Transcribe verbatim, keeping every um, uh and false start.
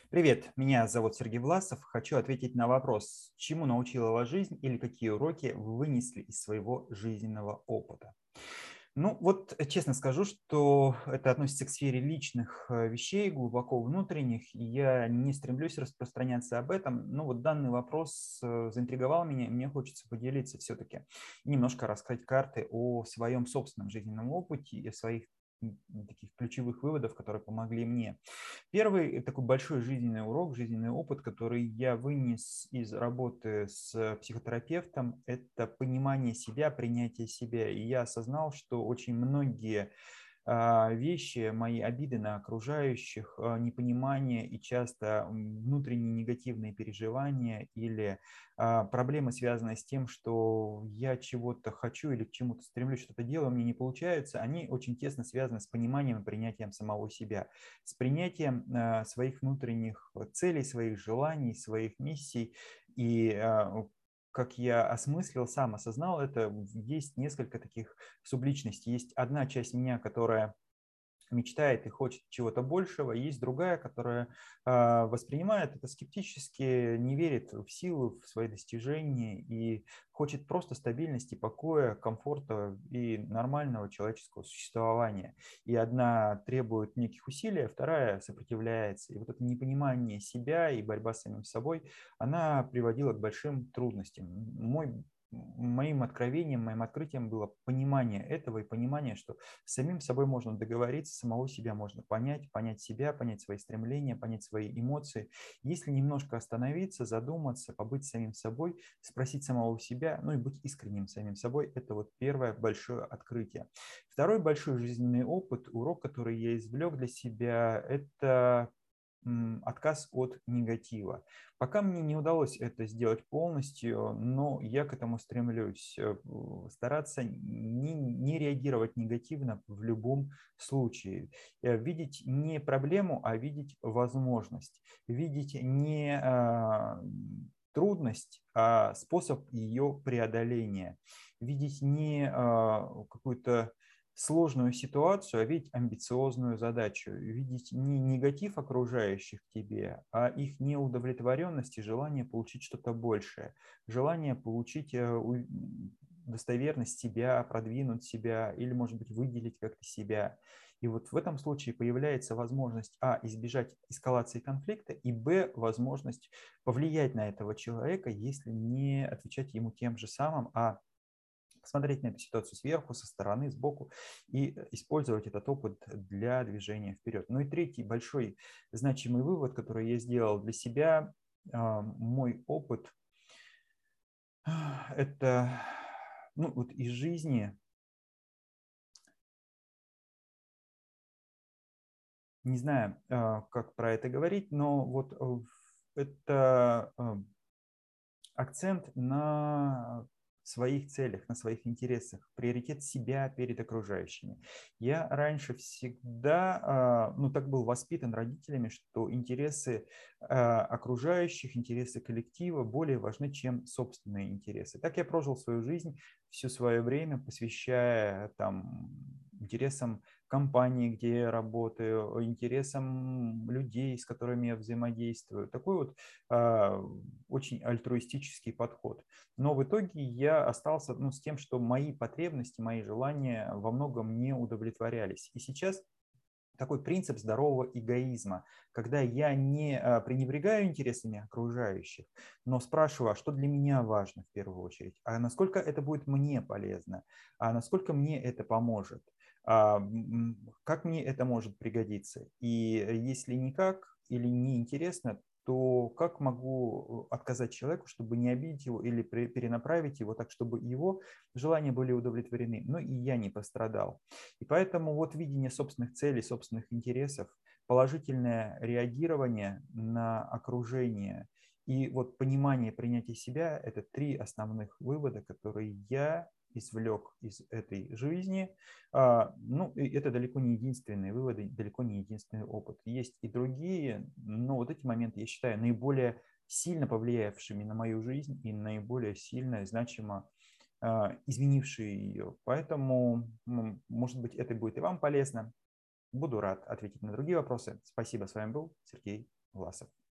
Привет, меня зовут Сергей Власов. Хочу ответить на вопрос, чему научила вас жизнь или какие уроки вы вынесли из своего жизненного опыта. Ну вот э, честно скажу, что это относится к сфере личных э, вещей, глубоко внутренних, и я не стремлюсь распространяться об этом. Но вот данный вопрос э, заинтриговал меня, и мне хочется поделиться все-таки, немножко раскрыть карты о своем собственном жизненном опыте и о своих м, таких ключевых выводов, которые помогли мне. Первый такой большой жизненный урок, жизненный опыт, который я вынес из работы с психотерапевтом, это понимание себя, принятие себя. И я осознал, что очень многие а, вещи, мои обиды на окружающих, а, непонимание и часто м, внутренние негативные переживания или а, проблемы, связанные с тем, что я чего-то хочу или к чему-то стремлюсь, что-то делаю, мне не получается, они очень тесно связаны с пониманием и принятием самого себя, с принятием а, своих внутренних целей, своих желаний, своих миссий. И а, как я осмыслил, сам осознал это, есть несколько таких субличности. Есть одна часть меня, которая мечтает и хочет чего-то большего, есть другая, которая а, воспринимает это скептически, не верит в силу, в свои достижения и хочет просто стабильности, покоя, комфорта и нормального человеческого существования. И одна требует неких усилий, а вторая сопротивляется. И вот это непонимание себя и борьба с самим собой, она приводила к большим трудностям. Мой Моим откровением, моим открытием было понимание этого и понимание, что с самим собой можно договориться, самого себя можно понять, понять себя, понять свои стремления, понять свои эмоции. Если немножко остановиться, задуматься, побыть самим собой, спросить самого себя, ну и быть искренним самим собой, это вот первое большое открытие. Второй большой жизненный опыт, урок, который я извлек для себя, это отказ от негатива. Пока мне не удалось это сделать полностью, но я к этому стремлюсь. э, Стараться не, не реагировать негативно в любом случае. Э, Видеть не проблему, а видеть возможность. Видеть не а, трудность, а способ ее преодоления. Видеть не а, какую-то сложную ситуацию, а видеть амбициозную задачу, видеть не негатив окружающих тебе, а их неудовлетворенность и желание получить что-то большее, желание получить э, у- достоверность себя, продвинуть себя или, может быть, выделить как-то себя. И вот в этом случае появляется возможность, а, избежать эскалации конфликта, и, б, возможность повлиять на этого человека, если не отвечать ему тем же самым, а посмотреть на эту ситуацию сверху, со стороны, сбоку и использовать этот опыт для движения вперед. Ну и третий большой значимый вывод, который я сделал для себя, а, мой опыт, а, это ну, вот из жизни, не знаю, а, как про это говорить, но вот э, это а, акцент на своих целях, на своих интересах, приоритет себя перед окружающими. Я раньше всегда, а, ну, так был воспитан родителями, что интересы а, окружающих, интересы коллектива более важны, чем собственные интересы. Так я прожил свою жизнь, все свое время посвящая там интересам компании, где я работаю, интересам людей, с которыми я взаимодействую. Такой вот а, очень альтруистический подход. Но в итоге я остался ну, с тем, что мои потребности, мои желания во многом не удовлетворялись. И сейчас такой принцип здорового эгоизма, когда я не а, пренебрегаю интересами окружающих, но спрашиваю, а что для меня важно в первую очередь, а насколько это будет мне полезно, а насколько мне это поможет, а, как мне это может пригодиться. И если никак или неинтересно, то как могу отказать человеку, чтобы не обидеть его или перенаправить его так, чтобы его желания были удовлетворены, но и я не пострадал. И поэтому вот видение собственных целей, собственных интересов, положительное реагирование на окружение и вот понимание принятия себя – это три основных вывода, которые я извлек из этой жизни. А, Ну, и это далеко не единственные выводы, далеко не единственный опыт. Есть и другие, но вот эти моменты я считаю наиболее сильно повлиявшими на мою жизнь и наиболее сильно и значимо а, изменившие ее. Поэтому, м, может быть, это будет и вам полезно. Буду рад ответить на другие вопросы. Спасибо. С вами был Сергей. Власов.